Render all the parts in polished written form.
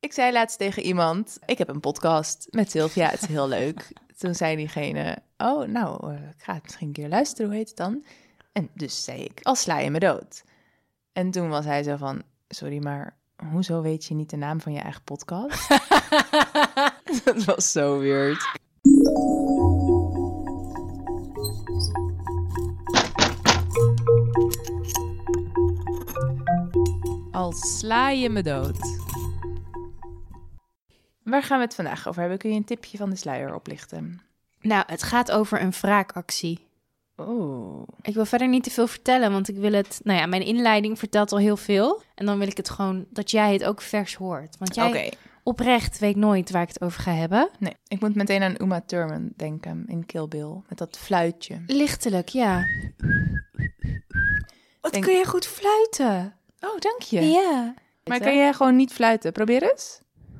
Ik zei laatst tegen iemand, ik heb een podcast met Sylvia, het is heel leuk. Toen zei diegene, ik ga het misschien een keer luisteren, hoe heet het dan? En dus zei ik, Al sla je me dood. En toen was hij zo van, sorry, maar hoezo weet je niet de naam van je eigen podcast? Dat was zo weird. Al sla je me dood. Waar gaan we het vandaag over hebben? Kun je een tipje van de sluier oplichten? Nou, het gaat over een wraakactie. Oh. Ik wil verder niet te veel vertellen, want ik wil het... Nou ja, mijn inleiding vertelt al heel veel. En dan wil ik het gewoon dat jij het ook vers hoort. Want jij oprecht weet nooit waar ik het over ga hebben. Nee, ik moet meteen aan Uma Thurman denken in Kill Bill. Met dat fluitje. Lichtelijk, ja. Wat kun je goed fluiten. Oh, dank je. Ja. Maar kan jij gewoon niet fluiten? Probeer eens.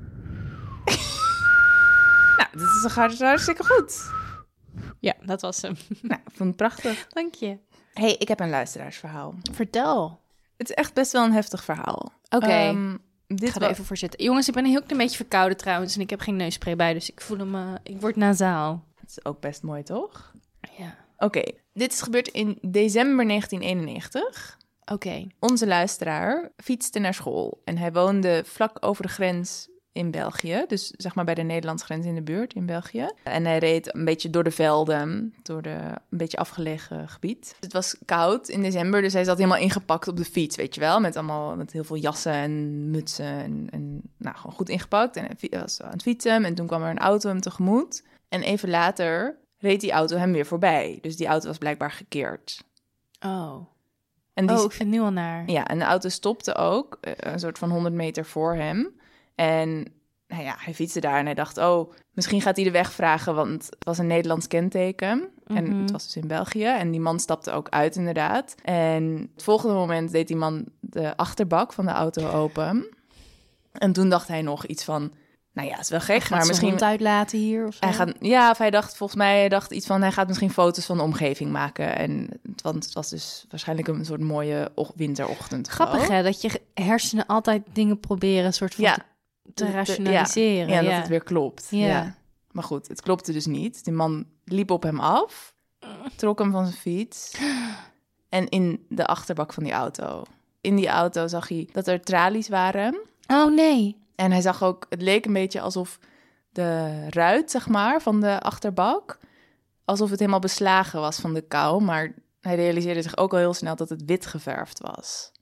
Nou, dit is hartstikke goed. Ja, dat was hem. Nou, ik vond het prachtig. Dank je. Hey, ik heb een luisteraarsverhaal. Vertel. Het is echt best wel een heftig verhaal. Oké. Ik ga er even voor zitten. Jongens, ik ben een heel klein beetje verkouden trouwens. En ik heb geen neusspray bij, dus ik voel hem... ik word nasaal. Dat is ook best mooi, toch? Ja. Oké, dit is gebeurd in december 1991. Oké. Onze luisteraar fietste naar school. En hij woonde vlak over de grens in België. Dus zeg maar bij de Nederlandse grens in de buurt in België. En hij reed een beetje door de velden, een beetje afgelegen gebied. Het was koud in december, dus hij zat helemaal ingepakt op de fiets, weet je wel. Met heel veel jassen en mutsen en gewoon goed ingepakt. En hij was aan het fietsen en toen kwam er een auto hem tegemoet. En even later reed die auto hem weer voorbij. Dus die auto was blijkbaar gekeerd. Oh. En ik vind het nu al naar. Ja, en de auto stopte ook, een soort van 100 meter voor hem. En hij fietste daar en hij dacht, misschien gaat hij de weg vragen, want het was een Nederlands kenteken. Mm-hmm. En het was dus in België. En die man stapte ook uit, inderdaad. En het volgende moment deed die man de achterbak van de auto open. En toen dacht hij nog iets van, het is wel gek, maar misschien... Hij gaat uitlaten hier of zo? Hij dacht iets van, hij gaat misschien foto's van de omgeving maken. Want het was dus waarschijnlijk een soort mooie winterochtend. Grappig hè, dat je hersenen altijd dingen proberen een soort van te rationaliseren. Ja, dat het weer klopt. Ja. Maar goed, het klopte dus niet. Die man liep op hem af, trok hem van zijn fiets en in de achterbak van die auto. In die auto zag hij dat er tralies waren. Oh nee. En hij zag ook, het leek een beetje alsof de ruit, zeg maar, van de achterbak, alsof het helemaal beslagen was van de kou. Maar hij realiseerde zich ook al heel snel dat het wit geverfd was.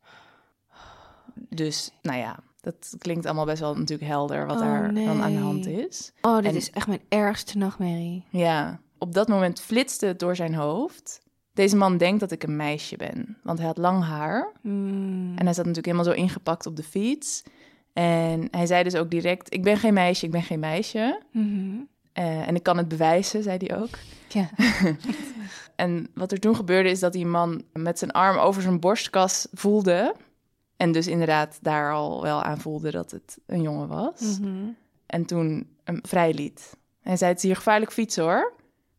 Dus, dat klinkt allemaal best wel natuurlijk helder wat daar dan aan de hand is. Oh, dit is echt mijn ergste nachtmerrie. Ja, op dat moment flitste het door zijn hoofd. Deze man denkt dat ik een meisje ben, want hij had lang haar. En hij zat natuurlijk helemaal zo ingepakt op de fiets. En hij zei dus ook direct, ik ben geen meisje. Mm-hmm. En ik kan het bewijzen, zei hij ook. Ja. En wat er toen gebeurde is dat die man met zijn arm over zijn borstkas voelde. En dus inderdaad daar al wel aan voelde dat het een jongen was. Mm-hmm. En toen hem vrijliet. Hij zei, het is hier gevaarlijk fietsen hoor.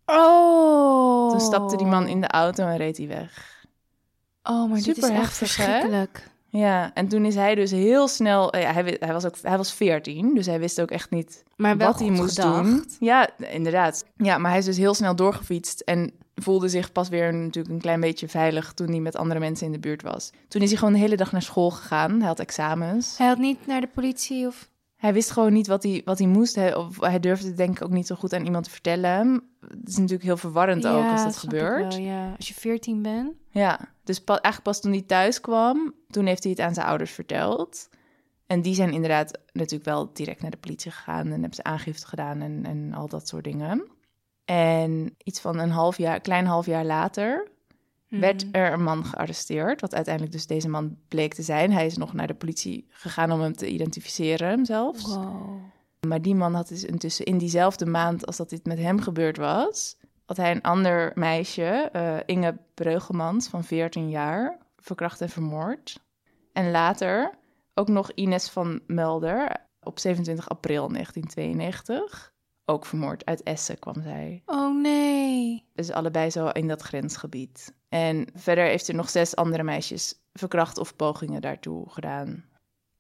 Oh. Toen stapte die man in de auto en reed hij weg. Oh, maar super dit is echt heftig, verschrikkelijk. Hè? Ja, en toen is hij dus heel snel... hij was 14, dus hij wist ook echt niet wat hij moest doen. Ja, inderdaad. Ja, maar hij is dus heel snel doorgefietst en voelde zich pas weer natuurlijk een klein beetje veilig toen hij met andere mensen in de buurt was. Toen is hij gewoon de hele dag naar school gegaan. Hij had examens. Hij had niet naar de politie of... Hij wist gewoon niet wat hij moest. Hij durfde het denk ik ook niet zo goed aan iemand te vertellen. Het is natuurlijk heel verwarrend ook als dat gebeurt. Wel, ja, als je 14 bent. Ja, dus eigenlijk pas toen hij thuis kwam, toen heeft hij het aan zijn ouders verteld. En die zijn inderdaad natuurlijk wel direct naar de politie gegaan en hebben ze aangifte gedaan en al dat soort dingen. En iets van een klein half jaar later werd er een man gearresteerd, wat uiteindelijk dus deze man bleek te zijn. Hij is nog naar de politie gegaan om hem te identificeren zelfs. Wow. Maar die man had dus intussen in diezelfde maand als dat dit met hem gebeurd was, had hij een ander meisje, Inge Breugelmans van 14 jaar, verkracht en vermoord. En later ook nog Ines van Mulder op 27 april 1992. Ook vermoord. Uit Essen kwam zij. Oh nee. Dus allebei zo in dat grensgebied. En verder heeft hij nog 6 andere meisjes verkracht of pogingen daartoe gedaan.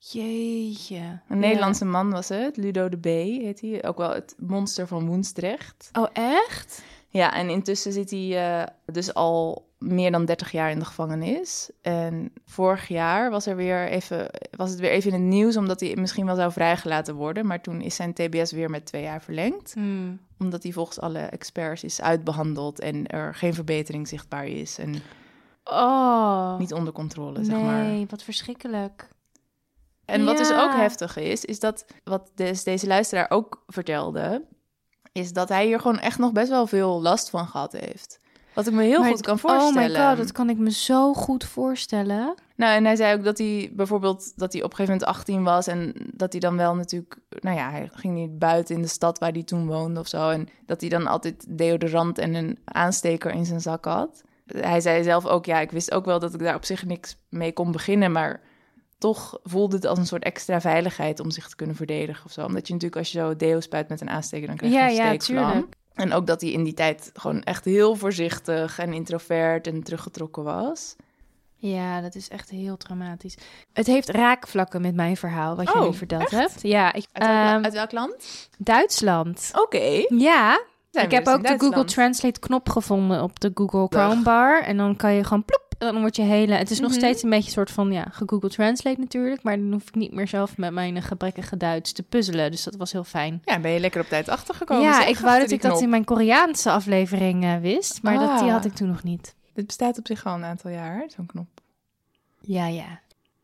Jeetje. Een Nederlandse man was het. Ludo de B heet hij. Ook wel het monster van Woensdrecht. Oh, echt? Ja, en intussen zit hij dus al meer dan 30 jaar in de gevangenis. En vorig jaar was het weer even in het nieuws, omdat hij misschien wel zou vrijgelaten worden. Maar toen is zijn TBS weer met 2 jaar verlengd. Omdat hij volgens alle experts is uitbehandeld en er geen verbetering zichtbaar is. En niet onder controle, zeg maar. Nee, wat verschrikkelijk. En wat dus ook heftig is dat wat deze luisteraar ook vertelde, is dat hij hier gewoon echt nog best wel veel last van gehad heeft. Wat ik me heel goed kan voorstellen. Oh my god, dat kan ik me zo goed voorstellen. Nou, en hij zei ook dat hij bijvoorbeeld dat hij op een gegeven moment 18 was en dat hij dan wel natuurlijk, nou ja, hij ging niet buiten in de stad waar hij toen woonde of zo, en dat hij dan altijd deodorant en een aansteker in zijn zak had. Hij zei zelf ook, ja, ik wist ook wel dat ik daar op zich niks mee kon beginnen, maar toch voelde het als een soort extra veiligheid om zich te kunnen verdedigen of zo. Omdat je natuurlijk, als je zo deo spuit met een aansteker, dan krijg je een steekvlam. Ja, en ook dat hij in die tijd gewoon echt heel voorzichtig en introvert en teruggetrokken was. Ja, dat is echt heel traumatisch. Het heeft raakvlakken met mijn verhaal, wat je nu verteld hebt. Ja, uit welk land? Duitsland. Oké. Ja, ik heb dus ook de Google Translate knop gevonden op de Google Chrome bar. En dan kan je gewoon ploep, en dan wordt je hele... Het is nog steeds een beetje een soort van, Google Translate natuurlijk. Maar dan hoef ik niet meer zelf met mijn gebrekkige Duits te puzzelen. Dus dat was heel fijn. Ja, ben je lekker op tijd achtergekomen. Ja, ik wou dat ik dat in mijn Koreaanse aflevering wist. Maar die had ik toen nog niet. Dit bestaat op zich al een aantal jaar, zo'n knop. Ja.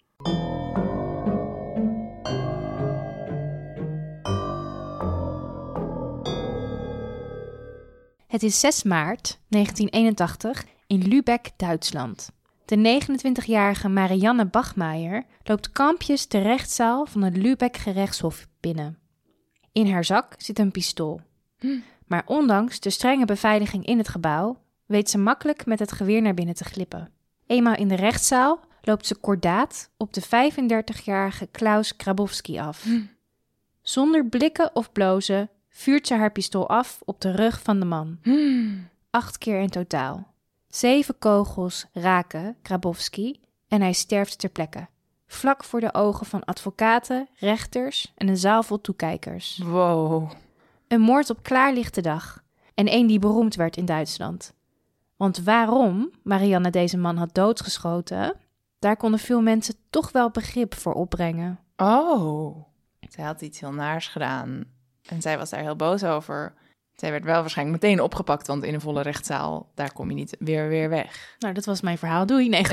Het is 6 maart 1981 in Lübeck, Duitsland. De 29-jarige Marianne Bachmeier loopt kampjes de rechtszaal van het Lübeck gerechtshof binnen. In haar zak zit een pistool. Maar ondanks de strenge beveiliging in het gebouw weet ze makkelijk met het geweer naar binnen te glippen. Eenmaal in de rechtszaal loopt ze kordaat op de 35-jarige Klaus Grabowski af. Zonder blikken of blozen vuurt ze haar pistool af op de rug van de man. 8 keer in totaal. 7 kogels raken Grabowski en hij sterft ter plekke. Vlak voor de ogen van advocaten, rechters en een zaal vol toekijkers. Wow. Een moord op klaarlichte dag. En één die beroemd werd in Duitsland. Want waarom Marianne deze man had doodgeschoten, daar konden veel mensen toch wel begrip voor opbrengen. Oh, zij had iets heel naars gedaan. En zij was daar heel boos over. Zij werd wel waarschijnlijk meteen opgepakt, want in een volle rechtszaal, daar kom je niet weer weg. Nou, dat was mijn verhaal. Doei. Nee,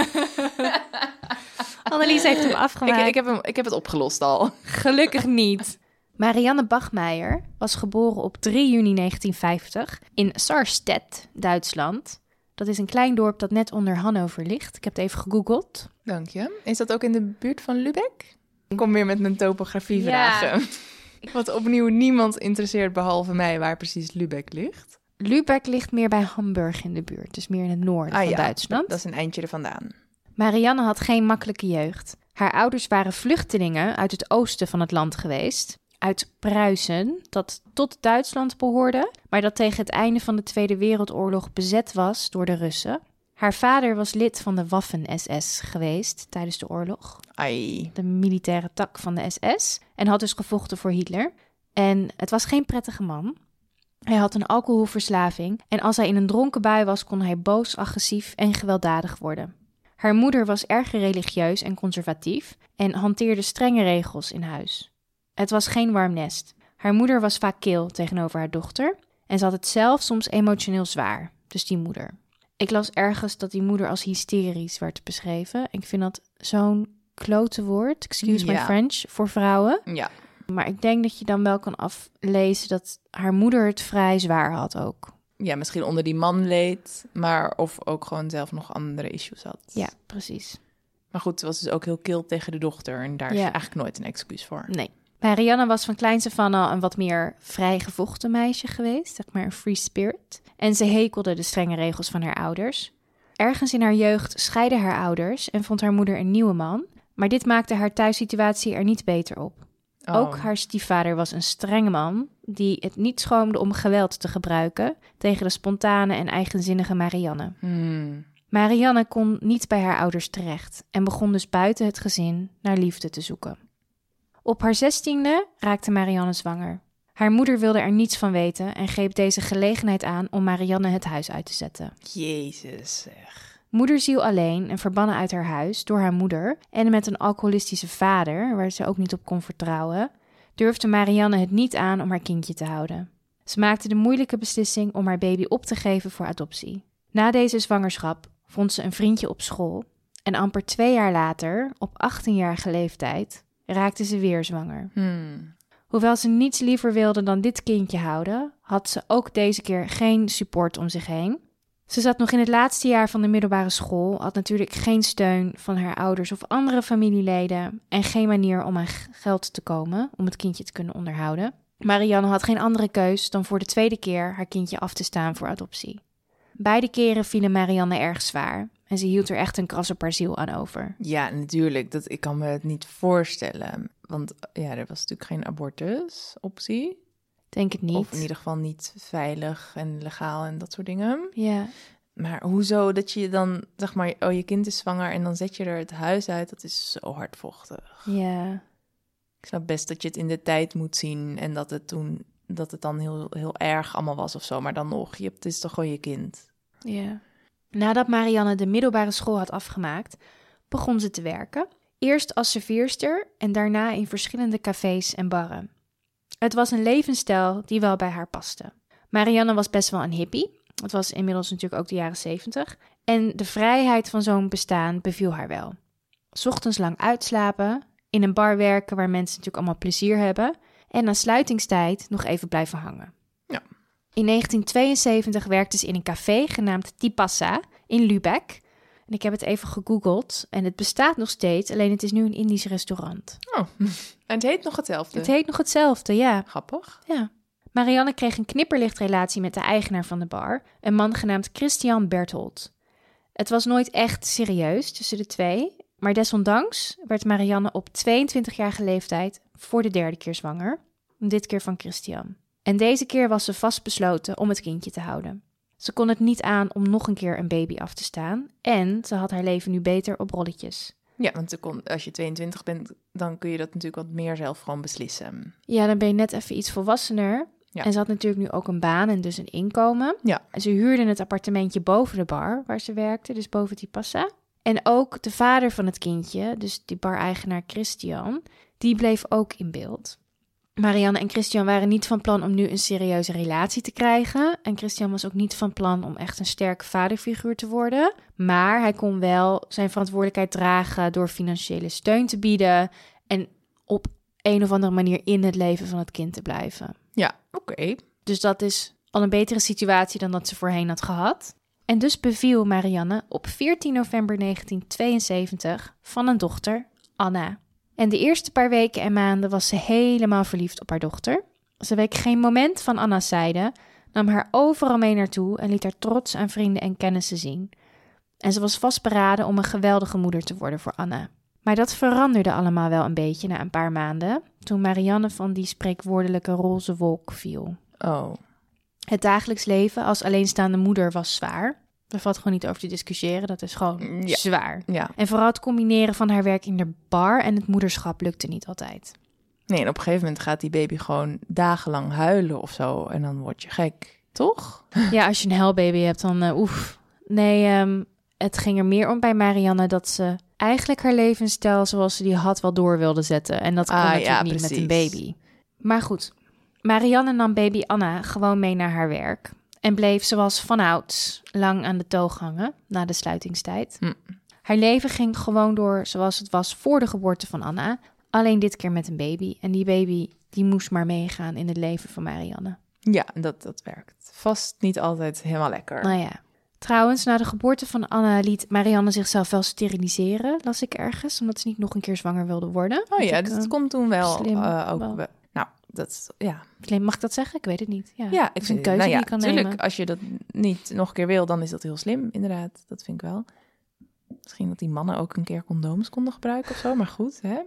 Annelies heeft hem afgemaakt. Ik heb het opgelost al. Gelukkig niet. Marianne Bachmeier was geboren op 3 juni 1950 in Sarstedt, Duitsland. Dat is een klein dorp dat net onder Hannover ligt. Ik heb het even gegoogeld. Dank je. Is dat ook in de buurt van Lübeck? Ik kom weer met mijn topografievragen. Ja. Wat opnieuw niemand interesseert behalve mij waar precies Lübeck ligt. Lübeck ligt meer bij Hamburg in de buurt, dus meer in het noorden van Duitsland. Dat is een eindje er vandaan. Marianne had geen makkelijke jeugd. Haar ouders waren vluchtelingen uit het oosten van het land geweest. Uit Pruisen, dat tot Duitsland behoorde, maar dat tegen het einde van de Tweede Wereldoorlog bezet was door de Russen. Haar vader was lid van de Waffen-SS geweest tijdens de oorlog. Ai. De militaire tak van de SS. En had dus gevochten voor Hitler. En het was geen prettige man. Hij had een alcoholverslaving. En als hij in een dronken bui was, kon hij boos, agressief en gewelddadig worden. Haar moeder was erg religieus en conservatief en hanteerde strenge regels in huis. Het was geen warm nest. Haar moeder was vaak kil tegenover haar dochter. En ze had het zelf soms emotioneel zwaar. Dus die moeder. Ik las ergens dat die moeder als hysterisch werd beschreven. Ik vind dat zo'n klote woord, excuse my French, voor vrouwen. Ja. Maar ik denk dat je dan wel kan aflezen dat haar moeder het vrij zwaar had ook. Ja, misschien onder die man leed, maar of ook gewoon zelf nog andere issues had. Ja, precies. Maar goed, ze was dus ook heel kil tegen de dochter en daar is eigenlijk nooit een excuus voor. Nee. Marianne was van kleins af aan al een wat meer vrijgevochten meisje geweest, zeg maar een free spirit. En ze hekelde de strenge regels van haar ouders. Ergens in haar jeugd scheidden haar ouders en vond haar moeder een nieuwe man. Maar dit maakte haar thuissituatie er niet beter op. Oh. Ook haar stiefvader was een strenge man die het niet schroomde om geweld te gebruiken tegen de spontane en eigenzinnige Marianne. Marianne kon niet bij haar ouders terecht en begon dus buiten het gezin naar liefde te zoeken. Op haar 16e raakte Marianne zwanger. Haar moeder wilde er niets van weten en greep deze gelegenheid aan om Marianne het huis uit te zetten. Jezus zeg. Moederziel alleen en verbannen uit haar huis door haar moeder en met een alcoholistische vader, waar ze ook niet op kon vertrouwen, durfde Marianne het niet aan om haar kindje te houden. Ze maakte de moeilijke beslissing om haar baby op te geven voor adoptie. Na deze zwangerschap vond ze een vriendje op school en amper 2 jaar later, op 18-jarige leeftijd, raakte ze weer zwanger. Hoewel ze niets liever wilde dan dit kindje houden, had ze ook deze keer geen support om zich heen. Ze zat nog in het laatste jaar van de middelbare school, had natuurlijk geen steun van haar ouders of andere familieleden en geen manier om aan geld te komen om het kindje te kunnen onderhouden. Marianne had geen andere keus dan voor de 2e keer haar kindje af te staan voor adoptie. Beide keren vielen Marianne erg zwaar en ze hield er echt een krasse paar ziel aan over. Ja, natuurlijk. Ik kan me het niet voorstellen. Want ja, er was natuurlijk geen abortusoptie. Denk het niet. Of in ieder geval niet veilig en legaal en dat soort dingen. Ja. Maar hoezo dat je dan, zeg maar, oh, je kind is zwanger en dan zet je er het huis uit, dat is zo hardvochtig. Ja. Ik snap best dat je het in de tijd moet zien en dat het dan heel, heel erg allemaal was of zo. Maar dan nog, het is toch gewoon je kind. Ja. Nadat Marianne de middelbare school had afgemaakt, begon ze te werken. Eerst als serveerster en daarna in verschillende cafés en barren. Het was een levensstijl die wel bij haar paste. Marianne was best wel een hippie. Het was inmiddels natuurlijk ook de jaren 70. En de vrijheid van zo'n bestaan beviel haar wel. 's Ochtends lang uitslapen, in een bar werken waar mensen natuurlijk allemaal plezier hebben en na sluitingstijd nog even blijven hangen. Ja. In 1972 werkte ze in een café genaamd Tipasa in Lübeck. En ik heb het even gegoogeld en het bestaat nog steeds, alleen het is nu een Indisch restaurant. Oh, en het heet nog hetzelfde? Het heet nog hetzelfde, ja. Grappig. Ja. Marianne kreeg een knipperlichtrelatie met de eigenaar van de bar, een man genaamd Christian Berthold. Het was nooit echt serieus tussen de twee, maar desondanks werd Marianne op 22-jarige leeftijd voor de 3e keer zwanger, dit keer van Christian. En deze keer was ze vastbesloten om het kindje te houden. Ze kon het niet aan om nog een keer een baby af te staan en ze had haar leven nu beter op rolletjes. Ja, want als je 22 bent, dan kun je dat natuurlijk wat meer zelf gewoon beslissen. Ja, dan ben je net even iets volwassener. Ja. En ze had natuurlijk nu ook een baan en dus een inkomen. Ja. Ze huurde het appartementje boven de bar waar ze werkte, dus boven Tipasa. En ook de vader van het kindje, dus die bar-eigenaar Christian, die bleef ook in beeld. Marianne en Christian waren niet van plan om nu een serieuze relatie te krijgen. En Christian was ook niet van plan om echt een sterke vaderfiguur te worden. Maar hij kon wel zijn verantwoordelijkheid dragen door financiële steun te bieden en op een of andere manier in het leven van het kind te blijven. Ja, oké. Dus dat is al een betere situatie dan dat ze voorheen had gehad. En dus beviel Marianne op 14 november 1972 van een dochter, Anna. En de eerste paar weken en maanden was ze helemaal verliefd op haar dochter. Ze week geen moment van Anna's zijde, nam haar overal mee naartoe en liet haar trots aan vrienden en kennissen zien. En ze was vastberaden om een geweldige moeder te worden voor Anna. Maar dat veranderde allemaal wel een beetje na een paar maanden, toen Marianne van die spreekwoordelijke roze wolk viel. Oh. Het dagelijks leven als alleenstaande moeder was zwaar. Daar valt gewoon niet over te discussiëren, dat is gewoon zwaar. Ja. En vooral het combineren van haar werk in de bar en het moederschap lukte niet altijd. Nee, en op een gegeven moment gaat die baby gewoon dagenlang huilen of zo. En dan word je gek, toch? Ja, als je een huilbaby hebt, dan oef. Nee, het ging er meer om bij Marianne dat ze eigenlijk haar levensstijl zoals ze die had wel door wilde zetten. En dat kon natuurlijk niet met een baby. Maar goed, Marianne nam baby Anna gewoon mee naar haar werk. En bleef zoals vanouds lang aan de toog hangen na de sluitingstijd. Haar leven ging gewoon door zoals het was voor de geboorte van Anna. Alleen dit keer met een baby. En die baby die moest maar meegaan in het leven van Marianne. Ja, dat werkt. Vast niet altijd helemaal lekker. Nou ja. Trouwens, na de geboorte van Anna liet Marianne zichzelf wel steriliseren, las ik ergens. Omdat ze niet nog een keer zwanger wilde worden. Oh ja, dus het komt toen wel slim, ook... wel. Nou, dat, ja. Slim, mag ik dat zeggen? Ik weet het niet. Ja, ik vind een keuze die je kan tuurlijk, nemen. Als je dat niet nog een keer wil, dan is dat heel slim, inderdaad. Dat vind ik wel. Misschien dat die mannen ook een keer condooms konden gebruiken of zo, maar goed, hè?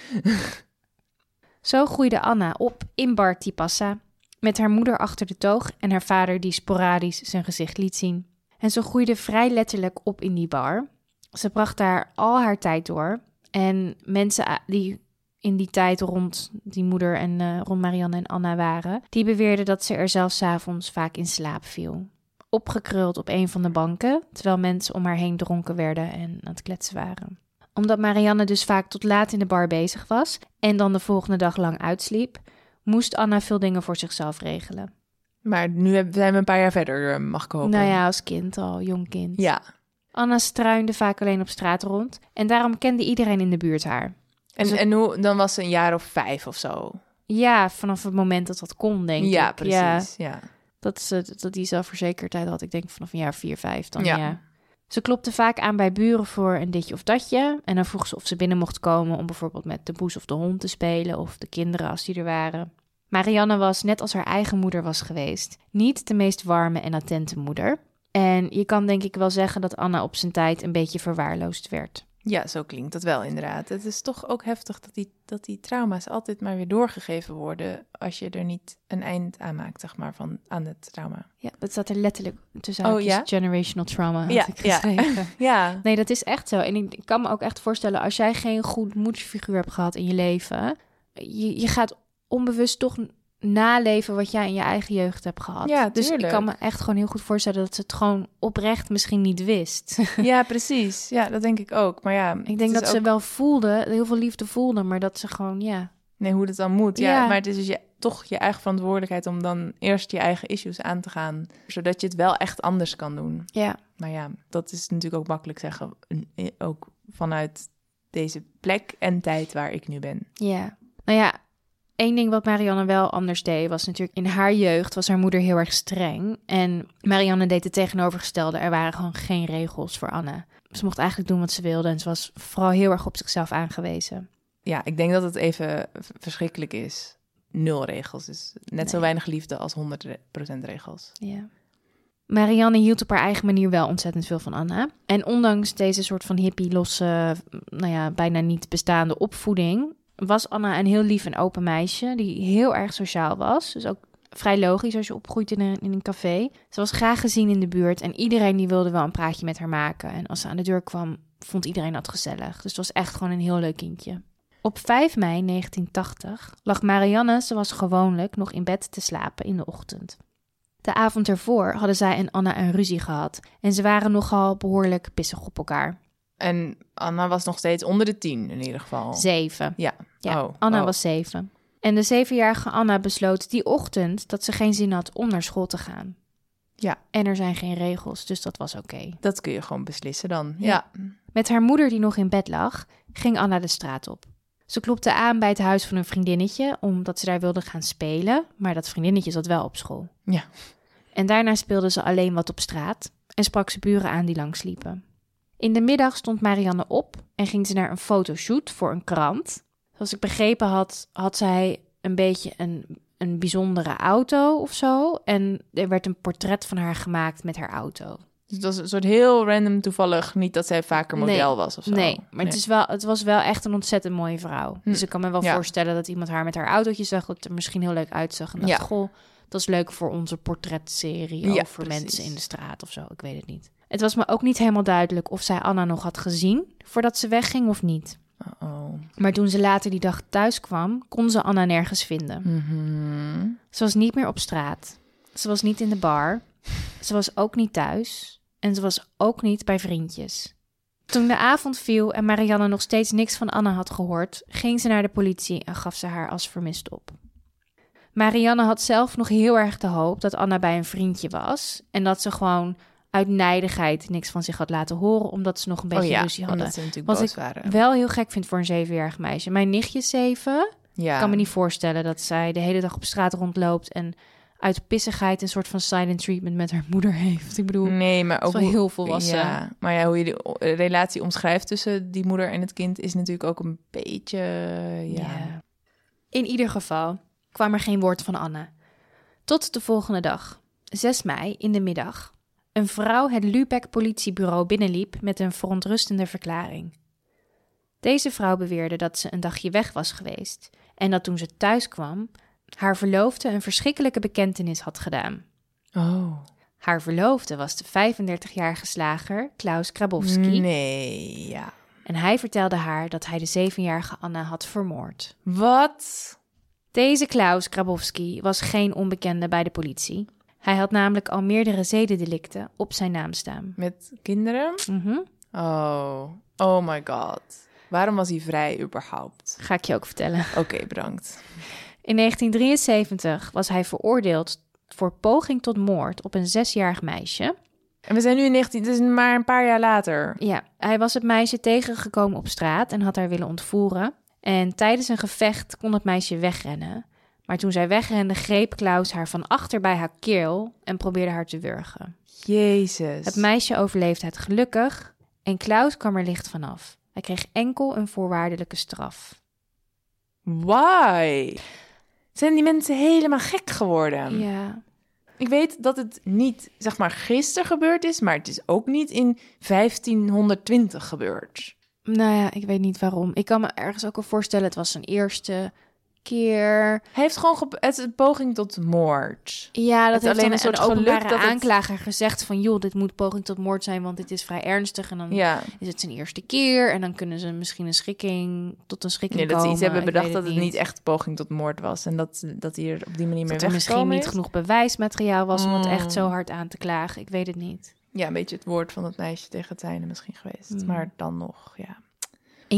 Zo groeide Anna op in bar Tipasa, met haar moeder achter de toog en haar vader die sporadisch zijn gezicht liet zien. En ze groeide vrij letterlijk op in die bar. Ze bracht daar al haar tijd door. En mensen die in die tijd rond die moeder en rond Marianne en Anna waren, die beweerden dat ze er zelfs 's avonds vaak in slaap viel. Opgekruld op een van de banken, terwijl mensen om haar heen dronken werden en aan het kletsen waren. Omdat Marianne dus vaak tot laat in de bar bezig was en dan de volgende dag lang uitsliep, moest Anna veel dingen voor zichzelf regelen. Maar nu zijn we een paar jaar verder, mag ik hopen. Nou ja, als kind al, jong kind. Ja. Anna struinde vaak alleen op straat rond en daarom kende iedereen in de buurt haar. En hoe, dan was ze een jaar of 5 of zo? Ja, vanaf het moment dat dat kon, denk ik. Ja, precies. Ja. Dat die zelfverzekerdheid had, ik denk vanaf een jaar 4, 5 dan, Ja. ja. Ze klopte vaak aan bij buren voor een ditje of datje. En dan vroeg ze of ze binnen mocht komen om bijvoorbeeld met de poes of de hond te spelen, of de kinderen als die er waren. Marianne was, net als haar eigen moeder was geweest, niet de meest warme en attente moeder. En je kan denk ik wel zeggen dat Anna op zijn tijd een beetje verwaarloosd werd. Ja, zo klinkt dat wel inderdaad. Het is toch ook heftig dat die trauma's altijd maar weer doorgegeven worden als je er niet een eind aan maakt, zeg maar, aan het trauma. Ja, dat staat er letterlijk tussen Oh, ja? generational trauma, had Ja, ik ja. geschreven. Ja. Nee, dat is echt zo. En ik kan me ook echt voorstellen, als jij geen goed moederfiguur hebt gehad in je leven, je gaat onbewust toch naleven wat jij in je eigen jeugd hebt gehad. Ja, dus ik tuurlijk. kan me echt gewoon heel goed voorstellen dat ze het gewoon oprecht misschien niet wist. Ja, precies. Ja, dat denk ik ook. Maar ja, Ik denk dat ze wel voelde, heel veel liefde voelde, maar dat ze gewoon, Nee, hoe dat dan moet. Ja, Ja. maar het is dus toch je eigen verantwoordelijkheid om dan eerst je eigen issues aan te gaan, zodat je het wel echt anders kan doen. Ja. Maar ja, dat is natuurlijk ook makkelijk zeggen, ook vanuit deze plek en tijd waar ik nu ben. Ja. Nou ja, één ding wat Marianne wel anders deed, was natuurlijk in haar jeugd was haar moeder heel erg streng. En Marianne deed het tegenovergestelde. Er waren gewoon geen regels voor Anne. Ze mocht eigenlijk doen wat ze wilde en ze was vooral heel erg op zichzelf aangewezen. Ja, ik denk dat het even verschrikkelijk is. 0 regels, dus net zo Nee. weinig liefde als 100% regels. Ja. Marianne hield op haar eigen manier wel ontzettend veel van Anna. En ondanks deze soort van hippie, losse, bijna niet bestaande opvoeding, was Anna een heel lief en open meisje die heel erg sociaal was. Dus ook vrij logisch als je opgroeit in een café. Ze was graag gezien in de buurt en iedereen die wilde wel een praatje met haar maken. En als ze aan de deur kwam, vond iedereen dat gezellig. Dus het was echt gewoon een heel leuk kindje. Op 5 mei 1980 lag Marianne zoals gewoonlijk nog in bed te slapen in de ochtend. De avond ervoor hadden zij en Anna een ruzie gehad en ze waren nogal behoorlijk pissig op elkaar. En Anna was nog steeds onder de 10 in ieder geval. 7. Ja. Ja, Oh, Anna oh. was 7. En de 7-jarige Anna besloot die ochtend dat ze geen zin had om naar school te gaan. Ja. En er zijn geen regels, dus dat was oké. Dat kun je gewoon beslissen dan. Ja. Ja. Met haar moeder die nog in bed lag, ging Anna de straat op. Ze klopte aan bij het huis van een vriendinnetje, omdat ze daar wilde gaan spelen. Maar dat vriendinnetje zat wel op school. Ja. En daarna speelde ze alleen wat op straat en sprak ze buren aan die langsliepen. In de middag stond Marianne op en ging ze naar een fotoshoot voor een krant. Zoals ik begrepen had zij een beetje een bijzondere auto of zo. En er werd een portret van haar gemaakt met haar auto. Dus dat was een soort heel random toevallig. Niet dat zij vaker model was of zo. Nee, maar het was wel echt een ontzettend mooie vrouw. Dus ik kan me wel Ja. voorstellen dat iemand haar met haar autootje zag, dat het er misschien heel leuk uitzag. En dacht, Ja. goh, dat is leuk voor onze portretserie Ja, over precies. mensen in de straat of zo. Ik weet het niet. Het was me ook niet helemaal duidelijk of zij Anna nog had gezien voordat ze wegging of niet. Oh. Maar toen ze later die dag thuis kwam, kon ze Anna nergens vinden. Mhm. Ze was niet meer op straat. Ze was niet in de bar. Ze was ook niet thuis. En ze was ook niet bij vriendjes. Toen de avond viel en Marianne nog steeds niks van Anna had gehoord, ging ze naar de politie en gaf ze haar als vermist op. Marianne had zelf nog heel erg de hoop dat Anna bij een vriendje was en dat ze gewoon uit nijdigheid niks van zich had laten horen, omdat ze nog een beetje ruzie hadden. Omdat ze natuurlijk Wat boos ik waren. wel heel gek vind voor een 7-jarig meisje. Mijn nichtje is 7. Ja. Ik kan me niet voorstellen dat zij de hele dag op straat rondloopt en uit pissigheid een soort van silent treatment met haar moeder heeft. Ik bedoel, Nee, maar het ook is wel heel volwassen. Ja, maar ja, hoe je de relatie omschrijft tussen die moeder en het kind is natuurlijk ook een beetje. Ja. In ieder geval kwam er geen woord van Anna. Tot de volgende dag, 6 mei in de middag. Een vrouw het Lübeck politiebureau binnenliep met een verontrustende verklaring. Deze vrouw beweerde dat ze een dagje weg was geweest en dat toen ze thuis kwam, haar verloofde een verschrikkelijke bekentenis had gedaan. Oh. Haar verloofde was de 35-jarige slager Klaus Grabowski. Nee, ja. En hij vertelde haar dat hij de 7-jarige Anna had vermoord. Wat? Deze Klaus Grabowski was geen onbekende bij de politie. Hij had namelijk al meerdere zedendelicten op zijn naam staan. Met kinderen? Mhm. Oh my god. Waarom was hij vrij überhaupt? Ga ik je ook vertellen. Oké, bedankt. In 1973 was hij veroordeeld voor poging tot moord op een 6-jarig meisje. En we zijn nu in 19... Dus maar een paar jaar later. Ja, hij was het meisje tegengekomen op straat en had haar willen ontvoeren. En tijdens een gevecht kon het meisje wegrennen. Maar toen zij wegrende, greep Klaus haar van achter bij haar keel en probeerde haar te wurgen. Jezus. Het meisje overleefde het gelukkig en Klaus kwam er licht vanaf. Hij kreeg enkel een voorwaardelijke straf. Why? Zijn die mensen helemaal gek geworden? Ja. Ik weet dat het niet, zeg maar, gisteren gebeurd is, maar het is ook niet in 1520 gebeurd. Nou ja, ik weet niet waarom. Ik kan me ergens ook wel voorstellen, het was zijn eerste keer. Hij heeft gewoon het is een poging tot moord. Ja, dat Het heeft alleen dan een soort een openbare geluk dat het- aanklager gezegd van... joh, dit moet poging tot moord zijn, want dit is vrij ernstig. En dan Ja. is het zijn eerste keer. En dan kunnen ze misschien een schikking Nee, dat komen. ze iets hebben Ik bedacht weet dat het niet echt poging tot moord was. En dat hij er op die manier mee Dat er misschien weggekomen niet is. genoeg bewijsmateriaal was om het echt zo hard aan te klagen. Ik weet het niet. Ja, een beetje het woord van het meisje tegen het zijne misschien geweest. Maar dan nog, ja. In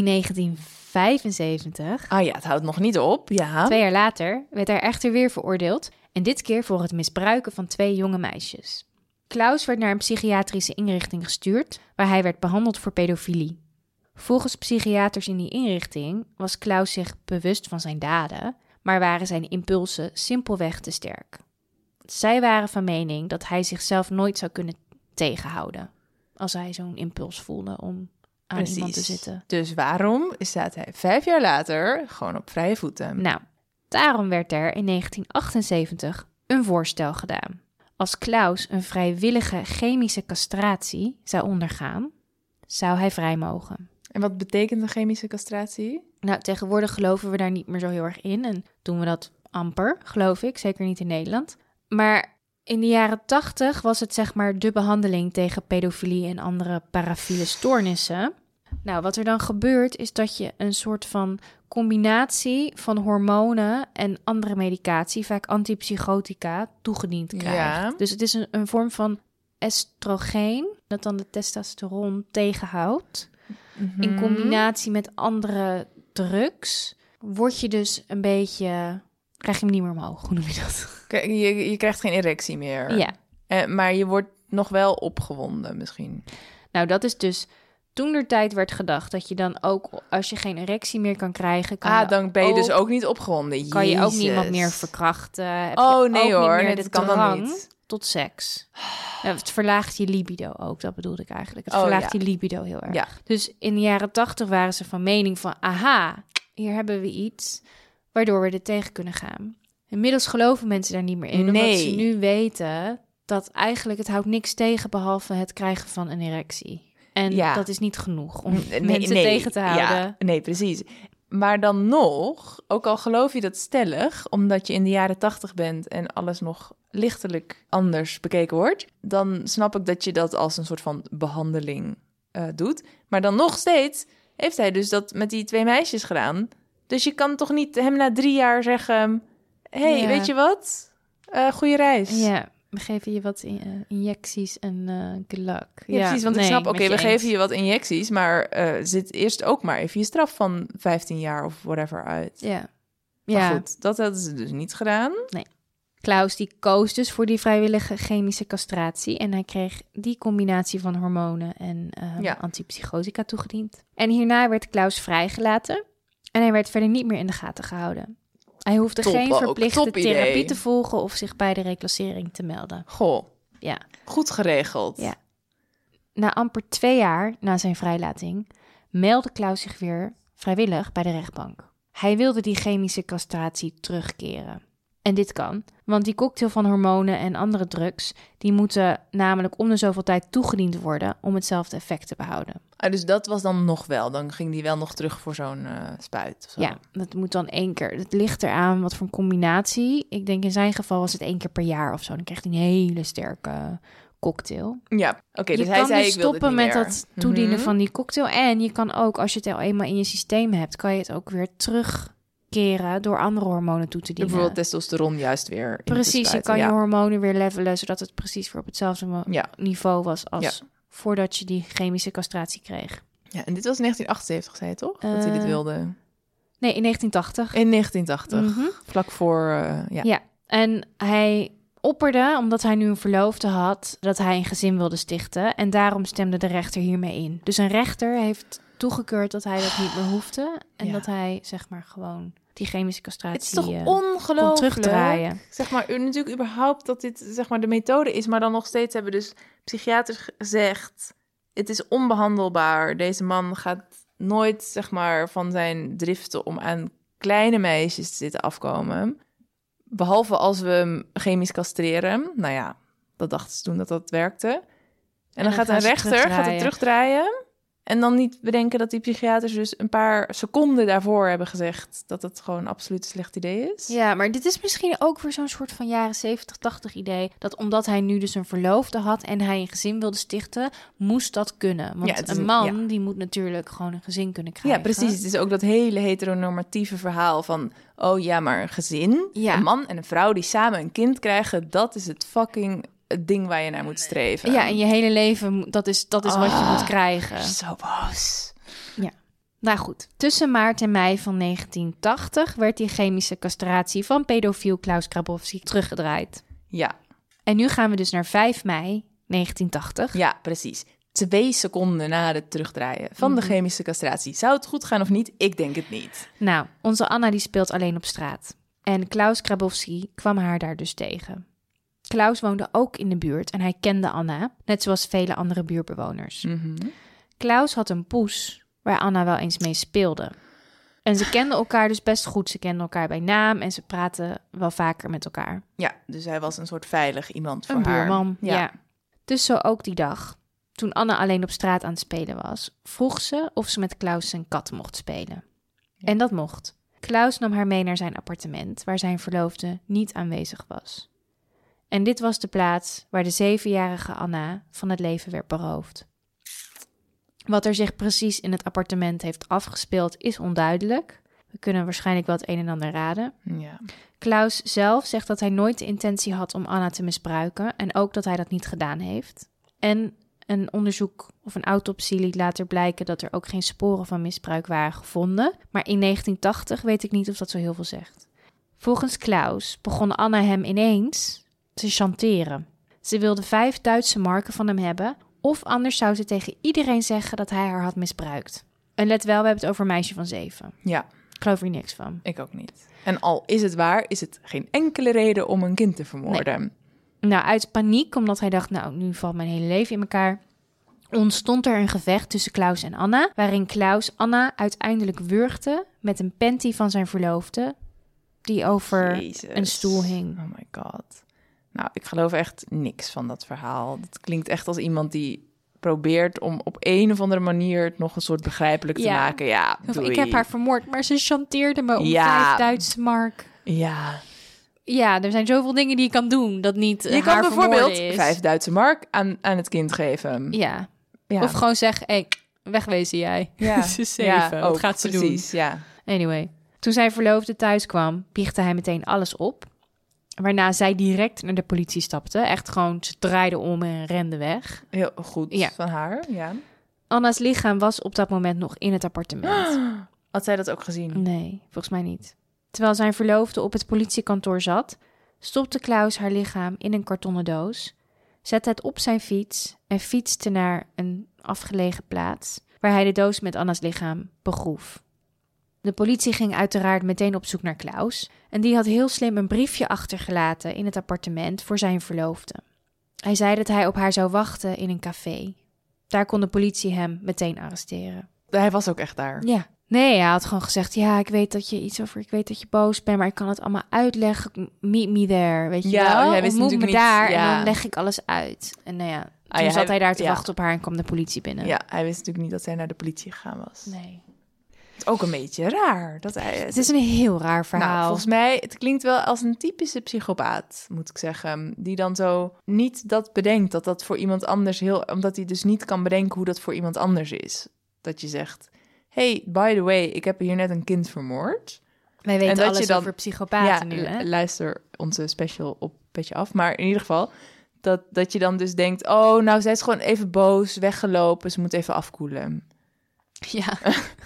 1975, Ah ja, het houdt nog niet op, ja. 2 jaar later, werd hij echter weer veroordeeld. En dit keer voor het misbruiken van 2 jonge meisjes. Klaus werd naar een psychiatrische inrichting gestuurd, waar hij werd behandeld voor pedofilie. Volgens psychiaters in die inrichting was Klaus zich bewust van zijn daden, maar waren zijn impulsen simpelweg te sterk. Zij waren van mening dat hij zichzelf nooit zou kunnen tegenhouden als hij zo'n impuls voelde om aan iemand te zitten. Dus waarom staat hij 5 jaar later gewoon op vrije voeten? Nou, daarom werd er in 1978 een voorstel gedaan. Als Klaus een vrijwillige chemische castratie zou ondergaan, zou hij vrij mogen. En wat betekent een chemische castratie? Nou, tegenwoordig geloven we daar niet meer zo heel erg in en doen we dat amper, geloof ik, zeker niet in Nederland. Maar in de jaren 80 was het zeg maar de behandeling tegen pedofilie en andere parafiele stoornissen. Nou, wat er dan gebeurt is dat je een soort van combinatie van hormonen en andere medicatie, vaak antipsychotica, toegediend krijgt. Ja. Dus het is een vorm van estrogeen dat dan de testosteron tegenhoudt. In combinatie met andere drugs word je dus een beetje... Krijg je hem niet meer omhoog, hoe noem je dat? Je krijgt geen erectie meer. Ja. Maar je wordt nog wel opgewonden misschien. Nou, dat is dus... Toentertijd werd gedacht dat je dan ook, als je geen erectie meer kan krijgen... Dan ben je dus ook niet opgewonden. Kan je ook Jezus. niemand meer verkrachten. Heb Oh, je nee ook hoor, niet meer nee, de dat kan dan drang niet. tot seks. Ja, het verlaagt je libido ook, dat bedoelde ik eigenlijk. Het Oh, verlaagt ja. je libido heel erg. Ja. Dus in de jaren 80 waren ze van mening van... aha, hier hebben we iets waardoor we er tegen kunnen gaan. Inmiddels geloven mensen daar niet meer in. Omdat Nee. ze nu weten dat eigenlijk het houdt niks tegen... behalve het krijgen van een erectie. En Ja. dat is niet genoeg om mensen tegen te houden. Ja, nee, precies. Maar dan nog, ook al geloof je dat stellig, omdat je in de jaren 80 bent en alles nog lichtelijk anders bekeken wordt, dan snap ik dat je dat als een soort van behandeling doet. Maar dan nog steeds heeft hij dus dat met die 2 meisjes gedaan. Dus je kan toch niet hem na 3 jaar zeggen, hey, Ja. weet je wat? Goeie reis. Ja, we geven je wat injecties en good luck. Ja, precies, want ik snap, oké, we eens. geven je wat injecties, maar zit eerst ook maar even je straf van 15 jaar of whatever uit. Ja. Maar Ja, goed, dat hadden ze dus niet gedaan. Klaus die koos dus voor die vrijwillige chemische castratie. En hij kreeg die combinatie van hormonen en Ja. antipsychotica toegediend. En hierna werd Klaus vrijgelaten. En hij werd verder niet meer in de gaten gehouden. Hij hoefde Top geen ook, verplichte top idee. therapie te volgen of zich bij de reclassering te melden. Goh, Ja. goed geregeld. Ja. Na amper 2 jaar na zijn vrijlating meldde Klaus zich weer vrijwillig bij de rechtbank. Hij wilde die chemische castratie terugkeren. En dit kan, want die cocktail van hormonen en andere drugs, die moeten namelijk om de zoveel tijd toegediend worden om hetzelfde effect te behouden. Dus dat was dan nog wel. Dan ging die wel nog terug voor zo'n spuit. Of zo. Ja, dat moet dan 1 keer. Het ligt eraan wat voor een combinatie. Ik denk in zijn geval was het 1 keer per jaar of zo. Dan krijgt hij een hele sterke cocktail. Ja, oké. Dus je hij kan zei, dus ik wil stoppen dit niet met meer. dat toedienen van die cocktail. En je kan ook, als je het al eenmaal in je systeem hebt, kan je het ook weer terugkeren door andere hormonen toe te dienen. Bijvoorbeeld testosteron juist weer in te Precies, je spuiten, kan ja. je hormonen weer levelen, zodat het precies weer op hetzelfde Ja. niveau was als voordat je die chemische castratie kreeg. Ja, en dit was 1978, zei je toch? Dat hij dit wilde. Nee, in 1980. In 1980. Mhm. Vlak voor, Ja, en hij opperde, omdat hij nu een verloofde had, dat hij een gezin wilde stichten. En daarom stemde de rechter hiermee in. Dus een rechter heeft toegekeurd dat hij dat niet meer hoefde. En dat hij, zeg maar, gewoon die chemische castratie Het is toch kon ongelooflijk? terugdraaien. Zeg maar, natuurlijk überhaupt dat dit zeg maar de methode is, maar dan nog steeds hebben dus psychiaters gezegd, het is onbehandelbaar. Deze man gaat nooit, zeg maar, van zijn driften om aan kleine meisjes te zitten afkomen. Behalve als we hem chemisch castreren. Nou ja, dat dachten ze toen dat dat werkte. En dan gaat een rechter het terugdraaien. En dan niet bedenken dat die psychiaters dus een paar seconden daarvoor hebben gezegd dat het gewoon absoluut een slecht idee is. Ja, maar dit is misschien ook weer zo'n soort van jaren 70, 80 idee. Dat omdat hij nu dus een verloofde had en hij een gezin wilde stichten, moest dat kunnen. Want Ja, een man, die moet natuurlijk gewoon een gezin kunnen krijgen. Ja, precies. Het is ook dat hele heteronormatieve verhaal van, oh ja, maar een gezin, een man en een vrouw die samen een kind krijgen, dat is het fucking het ding waar je naar moet streven. Ja, in je hele leven, dat is wat je moet krijgen. Zo boos. Ja. Nou goed, tussen maart en mei van 1980 werd die chemische castratie van pedofiel Klaus Grabowski teruggedraaid. Ja. En nu gaan we dus naar 5 mei 1980. Ja, precies. 2 seconden na het terugdraaien van de chemische castratie. Zou het goed gaan of niet? Ik denk het niet. Nou, onze Anna die speelt alleen op straat. En Klaus Grabowski kwam haar daar dus tegen. Klaus woonde ook in de buurt en hij kende Anna, net zoals vele andere buurtbewoners. Klaus had een poes waar Anna wel eens mee speelde. En ze kenden elkaar dus best goed. Ze kenden elkaar bij naam en ze praten wel vaker met elkaar. Ja, dus hij was een soort veilig iemand voor een haar. buurman, ja. Dus zo ook die dag. Toen Anna alleen op straat aan het spelen was, vroeg ze of ze met Klaus zijn kat mocht spelen. Ja. En dat mocht. Klaus nam haar mee naar zijn appartement, waar zijn verloofde niet aanwezig was. En dit was de plaats waar de 7-jarige Anna van het leven werd beroofd. Wat er zich precies in het appartement heeft afgespeeld is onduidelijk. We kunnen waarschijnlijk wel het een en ander raden. Ja. Klaus zelf zegt dat hij nooit de intentie had om Anna te misbruiken en ook dat hij dat niet gedaan heeft. En een onderzoek of een autopsie liet later blijken dat er ook geen sporen van misbruik waren gevonden. Maar in 1980 weet ik niet of dat zo heel veel zegt. Volgens Klaus begon Anna hem ineens te chanteren. Ze wilde 5 Duitse marken van hem hebben, of anders zou ze tegen iedereen zeggen dat hij haar had misbruikt. En let wel, we hebben het over een meisje van 7. Ja. Ik geloof er niks van. Ik ook niet. En al is het waar, is het geen enkele reden om een kind te vermoorden. Nee. Nou, uit paniek, omdat hij dacht, nou, nu valt mijn hele leven in elkaar, ontstond er een gevecht tussen Klaus en Anna, waarin Klaus Anna uiteindelijk wurgde met een panty van zijn verloofde, die over een stoel hing. Oh my god. Nou, ik geloof echt niks van dat verhaal. Het klinkt echt als iemand die probeert om op een of andere manier het nog een soort begrijpelijk te maken. Ja, doei. Ik heb haar vermoord, maar ze chanteerde me om 5 Duitse mark. Ja. Ja, er zijn zoveel dingen die je kan doen dat niet je haar kan bijvoorbeeld is. 5 Duitse mark aan het kind geven. Ja. Of gewoon zeggen, hey, wegwezen jij. Ja. Ze is 7, wat gaat ze precies, doen? Ja. Anyway, toen zijn verloofde thuis kwam, biechte hij meteen alles op. Waarna zij direct naar de politie stapte. Echt gewoon, ze draaide om en rende weg. Heel goed van haar, ja. Anna's lichaam was op dat moment nog in het appartement. Had zij dat ook gezien? Nee, volgens mij niet. Terwijl zijn verloofde op het politiekantoor zat, stopte Klaus haar lichaam in een kartonnen doos, zette het op zijn fiets en fietste naar een afgelegen plaats, waar hij de doos met Anna's lichaam begroef. De politie ging uiteraard meteen op zoek naar Klaus en die had heel slim een briefje achtergelaten in het appartement voor zijn verloofde. Hij zei dat hij op haar zou wachten in een café. Daar kon de politie hem meteen arresteren. Hij was ook echt daar? Ja. Nee, hij had gewoon gezegd... ja, ik weet dat je boos bent... maar ik kan het allemaal uitleggen. Meet me there, weet je wel? Hij wist Ontmoet natuurlijk me daar niet, en dan leg ik alles uit. En nou ja, toen zat hij daar te wachten op haar... en kwam de politie binnen. Ja, hij wist natuurlijk niet dat zij naar de politie gegaan was. Nee. Het is ook een beetje raar. Het is een heel raar verhaal. Nou, volgens mij, het klinkt wel als een typische psychopaat, moet ik zeggen. Die dan zo niet dat bedenkt, dat voor iemand anders omdat hij dus niet kan bedenken hoe dat voor iemand anders is. Dat je zegt, hey, by the way, ik heb hier net een kind vermoord. Wij weten dat alles je dan, over psychopaten nu, hè? Luister onze special op Petje Af. Maar in ieder geval, dat je dan dus denkt... oh, nou, zij is gewoon even boos, weggelopen. Ze moet even afkoelen. Ja.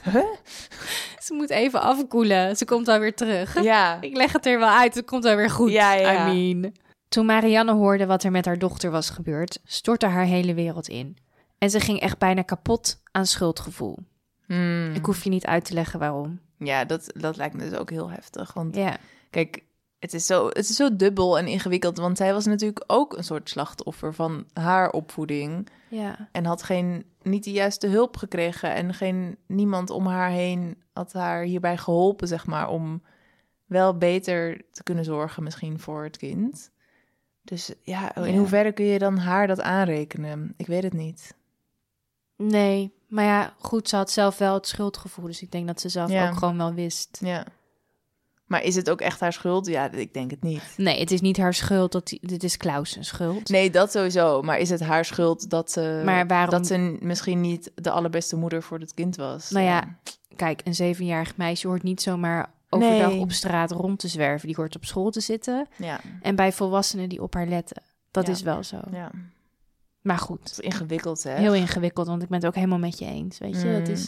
Ze moet even afkoelen. Ze komt alweer terug. Ja. Ik leg het er wel uit. Het komt alweer goed. Ja. I mean. Toen Marianne hoorde wat er met haar dochter was gebeurd... stortte haar hele wereld in. En ze ging echt bijna kapot aan schuldgevoel. Ik hoef je niet uit te leggen waarom. Ja, dat lijkt me dus ook heel heftig. Want ja. Kijk, het is zo dubbel en ingewikkeld. Want zij was natuurlijk ook een soort slachtoffer van haar opvoeding. Ja. En had niet de juiste hulp gekregen. En niemand om haar heen had haar hierbij geholpen, zeg maar. Om wel beter te kunnen zorgen misschien voor het kind. Dus ja, in hoeverre kun je dan haar dat aanrekenen? Ik weet het niet. Nee, maar ja, goed, ze had zelf wel het schuldgevoel. Dus ik denk dat ze zelf ook gewoon wel wist. Ja. Maar is het ook echt haar schuld? Ja, ik denk het niet. Nee, het is niet haar schuld. Dit is Klaus' schuld. Nee, dat sowieso. Maar is het haar schuld dat dat ze misschien niet de allerbeste moeder voor het kind was? Nou ja, kijk, een 7-jarig meisje hoort niet zomaar overdag op straat rond te zwerven. Die hoort op school te zitten. Ja. En bij volwassenen die op haar letten. Dat is wel zo. Ja. Maar goed. Het is ingewikkeld, hè? Heel ingewikkeld, want ik ben het ook helemaal met je eens. Weet je, dat is...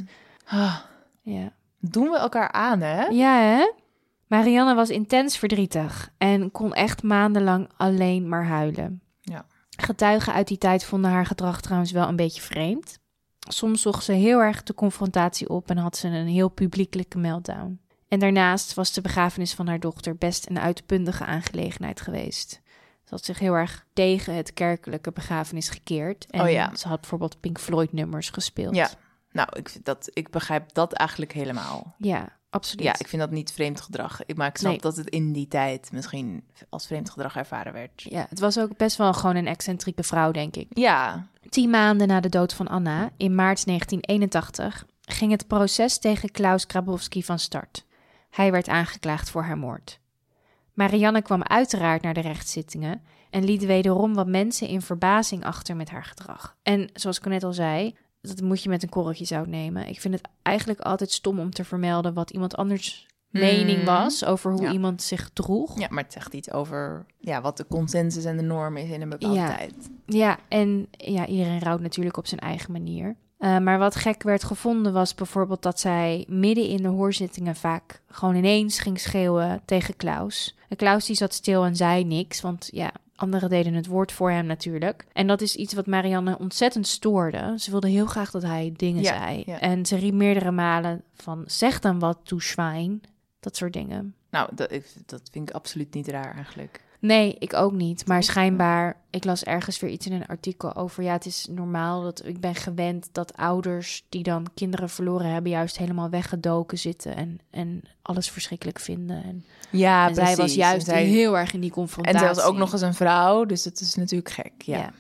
Ja. Doen we elkaar aan, hè? Ja, hè? Marianne was intens verdrietig en kon echt maandenlang alleen maar huilen. Ja. Getuigen uit die tijd vonden haar gedrag trouwens wel een beetje vreemd. Soms zocht ze heel erg de confrontatie op en had ze een heel publiekelijke meltdown. En daarnaast was de begrafenis van haar dochter best een uitbundige aangelegenheid geweest. Ze had zich heel erg tegen het kerkelijke begrafenis gekeerd. En ze had bijvoorbeeld Pink Floyd nummers gespeeld. Ja, nou, ik begrijp dat eigenlijk helemaal. Ja, absoluut. Ja, ik vind dat niet vreemd gedrag. Maar ik snap dat het in die tijd misschien als vreemd gedrag ervaren werd. Ja, het was ook best wel gewoon een excentrieke vrouw, denk ik. Ja. 10 maanden na de dood van Anna, in maart 1981, ging het proces tegen Klaus Grabowski van start. Hij werd aangeklaagd voor haar moord. Marianne kwam uiteraard naar de rechtszittingen en liet wederom wat mensen in verbazing achter met haar gedrag. En zoals ik net al zei, dat moet je met een korreltje zout nemen. Ik vind het eigenlijk altijd stom om te vermelden wat iemand anders mening was over hoe iemand zich droeg. Ja, maar het zegt iets over wat de consensus en de norm is in een bepaalde tijd. Ja, en iedereen rouwt natuurlijk op zijn eigen manier. Maar wat gek werd gevonden was bijvoorbeeld dat zij midden in de hoorzittingen vaak gewoon ineens ging schreeuwen tegen Klaus. En Klaus die zat stil en zei niks, want anderen deden het woord voor hem natuurlijk. En dat is iets wat Marianne ontzettend stoorde. Ze wilde heel graag dat hij dingen zei. Ja. En ze riep meerdere malen van, zeg dan wat, du Schwein. Dat soort dingen. Nou, dat vind ik absoluut niet raar eigenlijk. Nee, ik ook niet. Maar schijnbaar, ik las ergens weer iets in een artikel over... het is normaal dat ik ben gewend dat ouders die dan kinderen verloren hebben... juist helemaal weggedoken zitten en alles verschrikkelijk vinden. En precies. Zij was juist heel erg in die confrontatie. En zij was ook nog eens een vrouw, dus het is natuurlijk gek. Ja.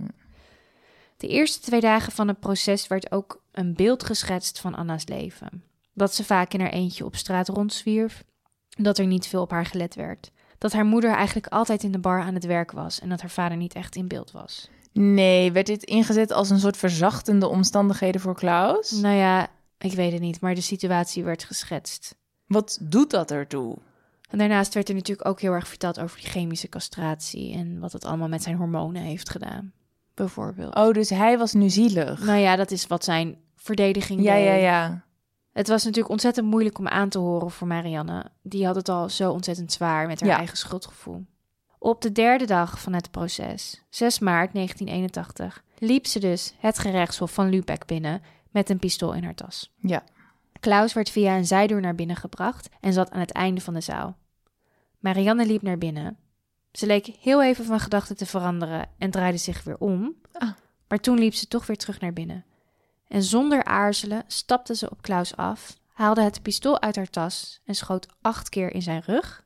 De eerste 2 dagen van het proces werd ook een beeld geschetst van Anna's leven. Dat ze vaak in haar eentje op straat rondzwierf. Dat er niet veel op haar gelet werd. Dat haar moeder eigenlijk altijd in de bar aan het werk was en dat haar vader niet echt in beeld was. Nee, werd dit ingezet als een soort verzachtende omstandigheden voor Klaus? Nou ja, ik weet het niet, maar de situatie werd geschetst. Wat doet dat ertoe? En daarnaast werd er natuurlijk ook heel erg verteld over die chemische castratie en wat het allemaal met zijn hormonen heeft gedaan, bijvoorbeeld. Oh, dus hij was nu zielig? Nou ja, dat is wat zijn verdediging deed. Ja. Het was natuurlijk ontzettend moeilijk om aan te horen voor Marianne. Die had het al zo ontzettend zwaar met haar eigen schuldgevoel. Op de 3e dag van het proces, 6 maart 1981, liep ze dus het gerechtshof van Lübeck binnen met een pistool in haar tas. Ja. Klaus werd via een zijdeur naar binnen gebracht en zat aan het einde van de zaal. Marianne liep naar binnen. Ze leek heel even van gedachten te veranderen en draaide zich weer om. Maar toen liep ze toch weer terug naar binnen. En zonder aarzelen stapte ze op Klaus af, haalde het pistool uit haar tas en schoot 8 keer in zijn rug.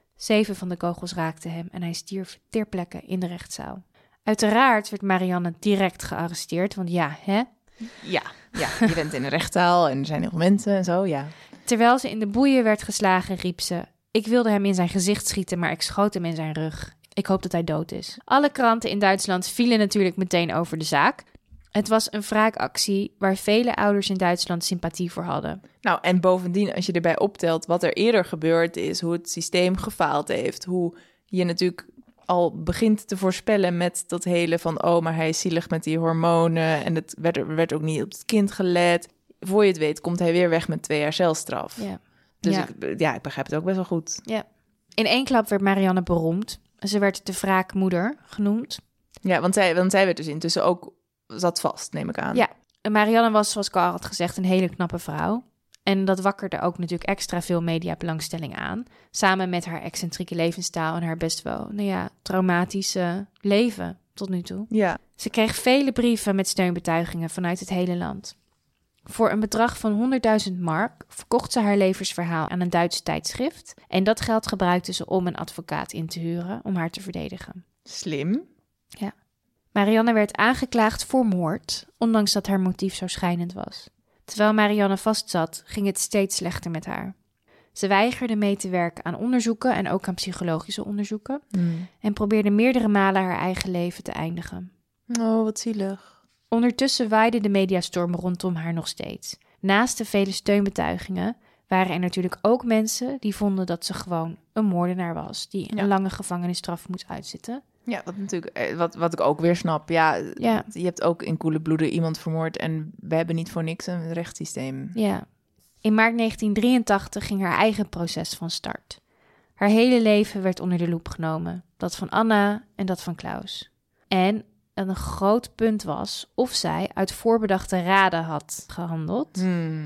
7 van de kogels raakten hem en hij stierf ter plekke in de rechtszaal. Uiteraard werd Marianne direct gearresteerd, want ja, hè? Ja, je bent in een rechtszaal en er zijn heel veel mensen en zo, ja. Terwijl ze in de boeien werd geslagen, riep ze: ik wilde hem in zijn gezicht schieten, maar ik schoot hem in zijn rug. Ik hoop dat hij dood is. Alle kranten in Duitsland vielen natuurlijk meteen over de zaak. Het was een wraakactie waar vele ouders in Duitsland sympathie voor hadden. Nou, en bovendien, als je erbij optelt wat er eerder gebeurd is, hoe het systeem gefaald heeft, hoe je natuurlijk al begint te voorspellen met dat hele van, oh, maar hij is zielig met die hormonen en het werd ook niet op het kind gelet. Voor je het weet komt hij weer weg met 2 jaar celstraf. Ja. Dus Ja. ik begrijp het ook best wel goed. Ja. In 1 klap werd Marianne beroemd. Ze werd de wraakmoeder genoemd. Ja, want zij werd dus intussen ook, zat vast, neem ik aan. Ja, en Marianne was, zoals ik al had gezegd, een hele knappe vrouw. En dat wakkerde ook natuurlijk extra veel mediabelangstelling aan. Samen met haar excentrieke levensstijl en haar best wel, traumatische leven tot nu toe. Ja. Ze kreeg vele brieven met steunbetuigingen vanuit het hele land. Voor een bedrag van 100.000 mark verkocht ze haar levensverhaal aan een Duits tijdschrift. En dat geld gebruikte ze om een advocaat in te huren om haar te verdedigen. Slim. Ja. Marianne werd aangeklaagd voor moord, ondanks dat haar motief zo schijnend was. Terwijl Marianne vastzat, ging het steeds slechter met haar. Ze weigerde mee te werken aan onderzoeken en ook aan psychologische onderzoeken. En probeerde meerdere malen haar eigen leven te eindigen. Oh, wat zielig. Ondertussen waaide de mediastorm rondom haar nog steeds. Naast de vele steunbetuigingen waren er natuurlijk ook mensen die vonden dat ze gewoon een moordenaar was, die een lange gevangenisstraf moet uitzitten. Ja, wat natuurlijk, wat ik ook weer snap. Ja, Ja. Je hebt ook in koele bloeden iemand vermoord en we hebben niet voor niks een rechtssysteem. Ja. In maart 1983 ging haar eigen proces van start. Haar hele leven werd onder de loep genomen. Dat van Anna en dat van Klaus. En een groot punt was of zij uit voorbedachte raden had gehandeld.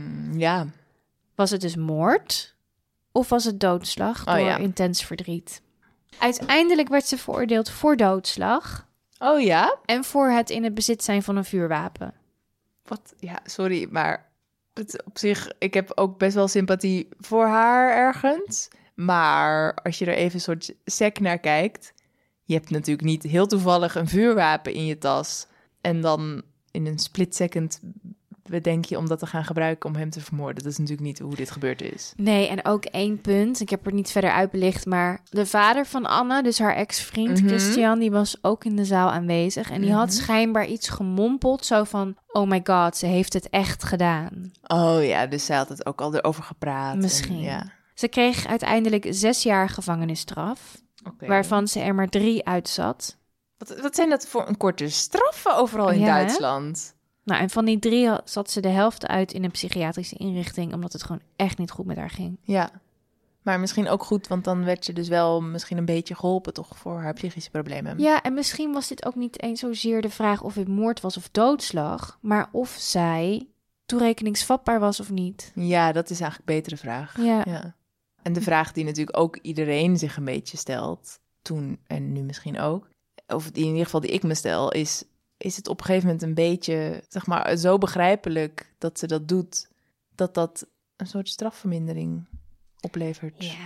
Ja. Was het dus moord of was het doodslag door intens verdriet? Uiteindelijk werd ze veroordeeld voor doodslag. Oh ja? En voor het in het bezit zijn van een vuurwapen. Wat? Ja, sorry, maar op zich, ik heb ook best wel sympathie voor haar ergens. Maar als je er even een soort sec naar kijkt, je hebt natuurlijk niet heel toevallig een vuurwapen in je tas en dan in een split second bedenk je om dat te gaan gebruiken om hem te vermoorden. Dat is natuurlijk niet hoe dit gebeurd is. Nee, en ook 1 punt. Ik heb er niet verder uitbelicht, maar de vader van Anna, dus haar ex-vriend Christian, die was ook in de zaal aanwezig. En die had schijnbaar iets gemompeld, zo van, oh my god, ze heeft het echt gedaan. Oh ja, dus zij had het ook al erover gepraat. Misschien. En, ja. Ze kreeg uiteindelijk 6 jaar gevangenisstraf, waarvan ze er maar 3 uitzat. Wat zijn dat voor een korte straffen overal in Duitsland? Nou, en van die 3 zat ze de helft uit in een psychiatrische inrichting, omdat het gewoon echt niet goed met haar ging. Ja, maar misschien ook goed, want dan werd je dus wel misschien een beetje geholpen toch voor haar psychische problemen. Ja, en misschien was dit ook niet eens zozeer de vraag of het moord was of doodslag, maar of zij toerekeningsvatbaar was of niet. Ja, dat is eigenlijk een betere vraag. Ja. En de vraag die natuurlijk ook iedereen zich een beetje stelt, toen en nu misschien ook, of in ieder geval die ik me stel, is het op een gegeven moment een beetje, zeg maar, zo begrijpelijk dat ze dat doet, dat een soort strafvermindering oplevert.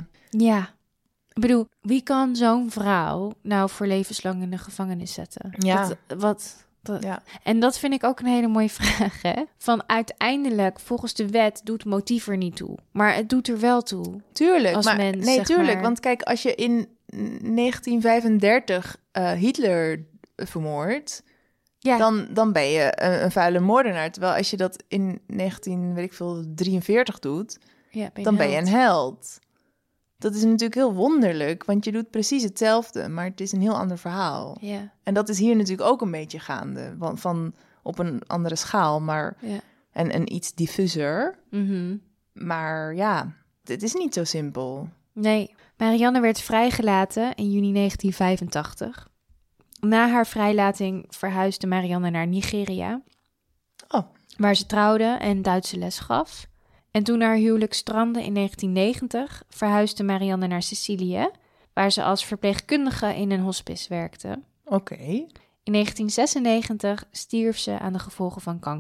Ja. Ik bedoel, wie kan zo'n vrouw nou voor levenslang in de gevangenis zetten? Ja. Ja. En dat vind ik ook een hele mooie vraag, hè? Van uiteindelijk, volgens de wet, doet motief er niet toe. Maar het doet er wel toe. Tuurlijk. Als maar, mens, nee, zeg tuurlijk. maar. Want kijk, als je in 1935 Hitler vermoordt, dan ben je een vuile moordenaar. Terwijl als je dat in 1943 doet, dan ben je een held. Dat is natuurlijk heel wonderlijk, want je doet precies hetzelfde, maar het is een heel ander verhaal. Ja. En dat is hier natuurlijk ook een beetje gaande, van op een andere schaal, maar en iets diffuser. Maar ja, het is niet zo simpel. Nee, Marianne werd vrijgelaten in juni 1985. Na haar vrijlating verhuisde Marianne naar Nigeria, waar ze trouwde en Duitse les gaf. En toen haar huwelijk strandde in 1990, verhuisde Marianne naar Sicilië, waar ze als verpleegkundige in een hospice werkte. Oké. In 1996 stierf ze aan de gevolgen van kanker.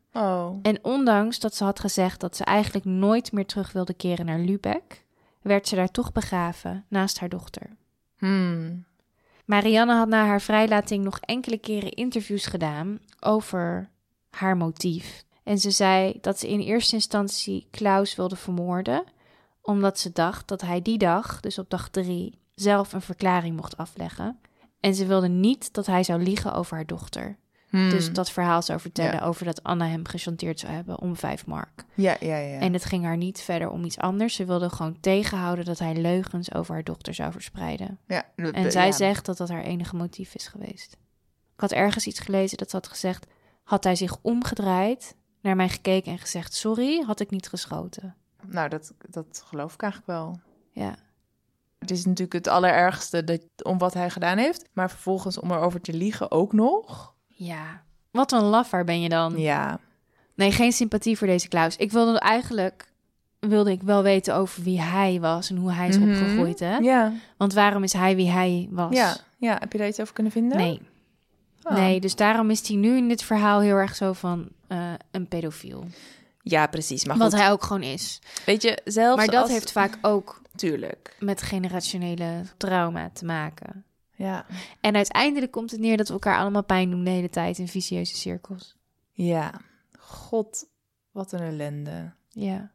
Oh. En ondanks dat ze had gezegd dat ze eigenlijk nooit meer terug wilde keren naar Lübeck, werd ze daar toch begraven naast haar dochter. Marianne had na haar vrijlating nog enkele keren interviews gedaan over haar motief. En ze zei dat ze in eerste instantie Klaus wilde vermoorden, omdat ze dacht dat hij die dag, dus op dag 3, zelf een verklaring mocht afleggen. En ze wilde niet dat hij zou liegen over haar dochter. Dus dat verhaal zou vertellen over dat Anna hem gechanteerd zou hebben om 5 mark. Ja. En het ging haar niet verder om iets anders. Ze wilde gewoon tegenhouden dat hij leugens over haar dochter zou verspreiden. Ja, En zij zegt dat dat haar enige motief is geweest. Ik had ergens iets gelezen dat ze had gezegd, had hij zich omgedraaid, naar mij gekeken en gezegd, sorry, had ik niet geschoten. Nou, dat geloof ik eigenlijk wel. Ja. Het is natuurlijk het allerergste om wat hij gedaan heeft. Maar vervolgens om erover te liegen ook nog. Ja. Wat een lafaard ben je dan. Ja. Nee, geen sympathie voor deze Klaus. Wilde ik wel weten over wie hij was en hoe hij is opgegroeid, hè? Ja. Want waarom is hij wie hij was? Ja. Heb je daar iets over kunnen vinden? Nee. Oh. Nee, dus daarom is hij nu in dit verhaal heel erg zo van een pedofiel. Ja, precies. Maar Wat goed, hij ook gewoon is. weet je, zelfs Maar dat heeft vaak ook Tuurlijk. met generationele trauma te maken. Ja. En uiteindelijk komt het neer dat we elkaar allemaal pijn doen de hele tijd in vicieuze cirkels. Ja. God, wat een ellende. Ja.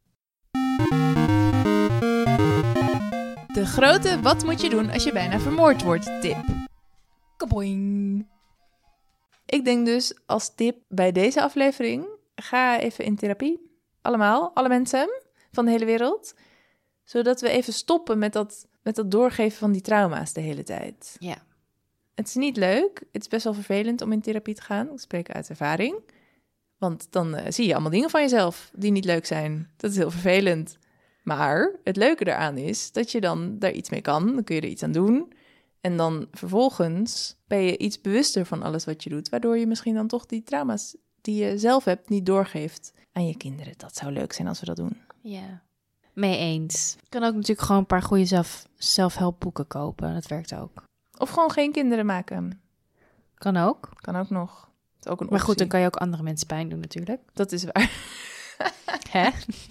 De grote wat moet je doen als je bijna vermoord wordt tip. Kaboing. Ik denk dus als tip bij deze aflevering, ga even in therapie. Allemaal, alle mensen van de hele wereld. Zodat we even stoppen met dat doorgeven van die trauma's de hele tijd. Ja. Het is niet leuk. Het is best wel vervelend om in therapie te gaan. Ik spreek uit ervaring. Want dan zie je allemaal dingen van jezelf die niet leuk zijn. Dat is heel vervelend. Maar het leuke eraan is dat je dan daar iets mee kan. Dan kun je er iets aan doen. En dan vervolgens ben je iets bewuster van alles wat je doet. Waardoor je misschien dan toch die trauma's die je zelf hebt niet doorgeeft aan je kinderen. Dat zou leuk zijn als we dat doen. Ja. Mee eens. Je kan ook natuurlijk gewoon een paar goede zelfhelpboeken kopen. Dat werkt ook. Of gewoon geen kinderen maken. Kan ook. Kan ook nog. Dat is ook een Maar goed, optie. dan kan je ook andere mensen pijn doen natuurlijk. Dat is waar. Hè?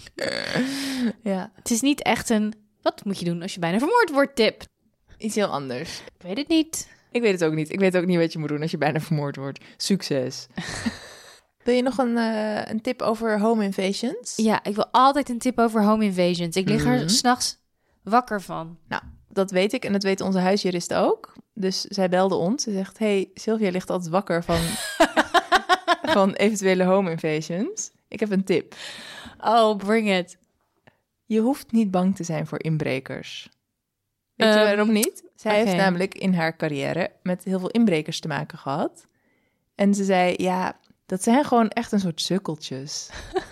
Ja, Het is niet echt een, wat moet je doen als je bijna vermoord wordt tip. iets heel anders. Ik weet het niet. Ik weet het ook niet. Ik weet ook niet wat je moet doen als je bijna vermoord wordt. Succes. Wil je nog een tip over home invasions? Ja, ik wil altijd een tip over home invasions. Ik lig er 's nachts wakker van. Nou, dat weet ik en dat weet onze huisjurist ook. Dus zij belde ons. Ze zegt, hey, Sylvia ligt altijd wakker van, van eventuele home invasions. Ik heb een tip. Oh, bring it. Je hoeft niet bang te zijn voor inbrekers. Weet je waarom niet? Zij heeft namelijk in haar carrière met heel veel inbrekers te maken gehad. En ze zei, ja, dat zijn gewoon echt een soort sukkeltjes.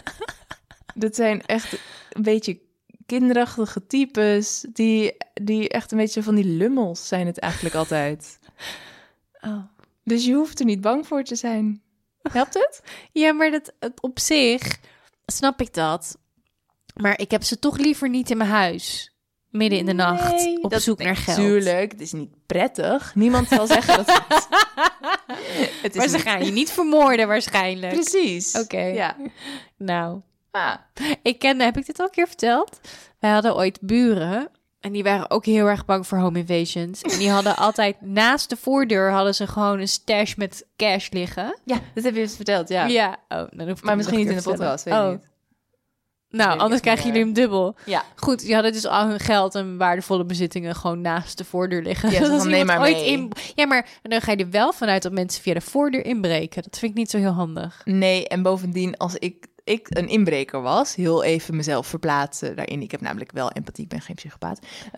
Dat zijn echt een beetje kinderachtige types. Die echt een beetje van die lummels zijn het eigenlijk altijd. Oh. Dus je hoeft er niet bang voor te zijn. Helpt het? Ja, maar het op zich snap ik dat. Maar ik heb ze toch liever niet in mijn huis. Midden in de nacht op zoek naar geld. Tuurlijk, het is niet prettig. Niemand zal zeggen dat het is Maar ze gaan je niet vermoorden waarschijnlijk. Precies. Oké. Ja. Nou, Ah. heb ik dit al een keer verteld? Wij hadden ooit buren en die waren ook heel erg bang voor home invasions. En die hadden altijd naast de voordeur hadden ze gewoon een stash met cash liggen. Ja, dat heb je eens verteld, ja. Ja. Oh, dan hoef ik Maar het misschien nog niet in de een keer podcast, te weet ik vertellen. niet. Nou, weet ik anders echt krijgen niet jullie hem dubbel. Ja. Goed, die hadden dus al hun geld en waardevolle bezittingen gewoon naast de voordeur liggen. Ja, Dus van, als neem iemand maar ooit mee. Ja, maar dan ga je er wel vanuit dat mensen via de voordeur inbreken. Dat vind ik niet zo heel handig. Nee, en bovendien, als ik een inbreker was, heel even mezelf verplaatsen daarin. Ik heb namelijk wel empathie, ik ben geen psychopaat.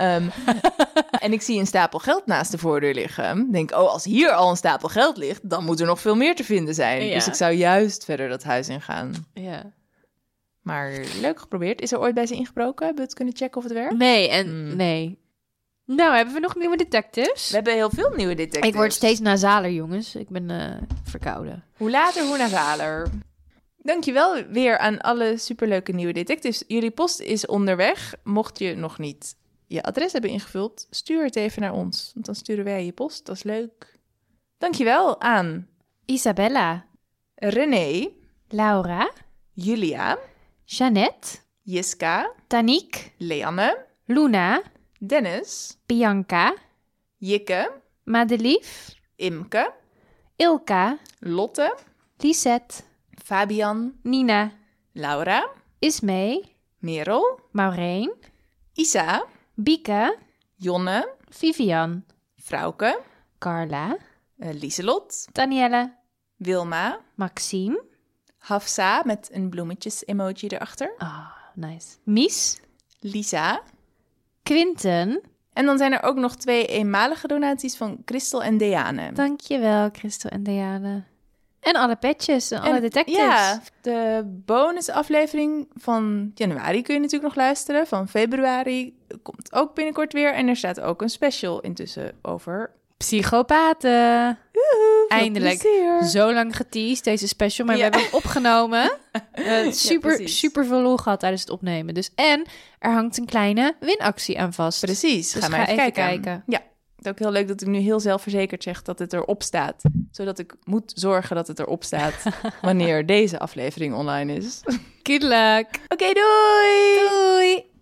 En ik zie een stapel geld naast de voordeur liggen. Denk, oh, als hier al een stapel geld ligt, dan moet er nog veel meer te vinden zijn. Ja. Dus ik zou juist verder dat huis ingaan. Ja. Maar leuk geprobeerd. Is er ooit bij ze ingebroken? Hebben we het kunnen checken of het werkt? Nee. Nou, hebben we nog nieuwe detectives? We hebben heel veel nieuwe detectives. Ik word steeds nasaler, jongens. Ik ben verkouden. Hoe later, hoe nasaler. Dankjewel weer aan alle superleuke nieuwe detectives. Jullie post is onderweg. Mocht je nog niet je adres hebben ingevuld, stuur het even naar ons. Want dan sturen wij je post. Dat is leuk. Dankjewel aan Isabella, René, Laura, Julia, Jeannette, Jiska, Taniek, Leanne, Luna, Dennis, Bianca, Jikke, Madelief, Imke, Ilka, Lotte, Lisette, Fabian, Nina, Laura, Ismee, Merel, Maureen, Isa, Bieke, Jonne, Vivian, Frauke, Carla, Lieselot, Danielle, Wilma, Maxime. Hafsa met een bloemetjes-emoji erachter, Ah, nice. Mies, Lisa. Quinten. En dan zijn er ook nog 2 eenmalige donaties van Christel en Deane. Dankjewel, Christel en Diane. En alle petjes en alle detectives. Ja, de bonusaflevering van januari kun je natuurlijk nog luisteren. Van februari komt ook binnenkort weer. En er staat ook een special intussen over... Psychopaten. Veel Eindelijk. plezier. Zo lang geteased, deze special. Maar we hebben hem opgenomen. Super veel lol gehad tijdens het opnemen. Dus, en er hangt een kleine winactie aan vast. Precies, Dus ga maar even kijken. kijken. Ja, het is ook heel leuk dat ik nu heel zelfverzekerd zeg dat het erop staat. Zodat ik moet zorgen dat het erop staat wanneer deze aflevering online is. Good luck. Oké, doei! Doei!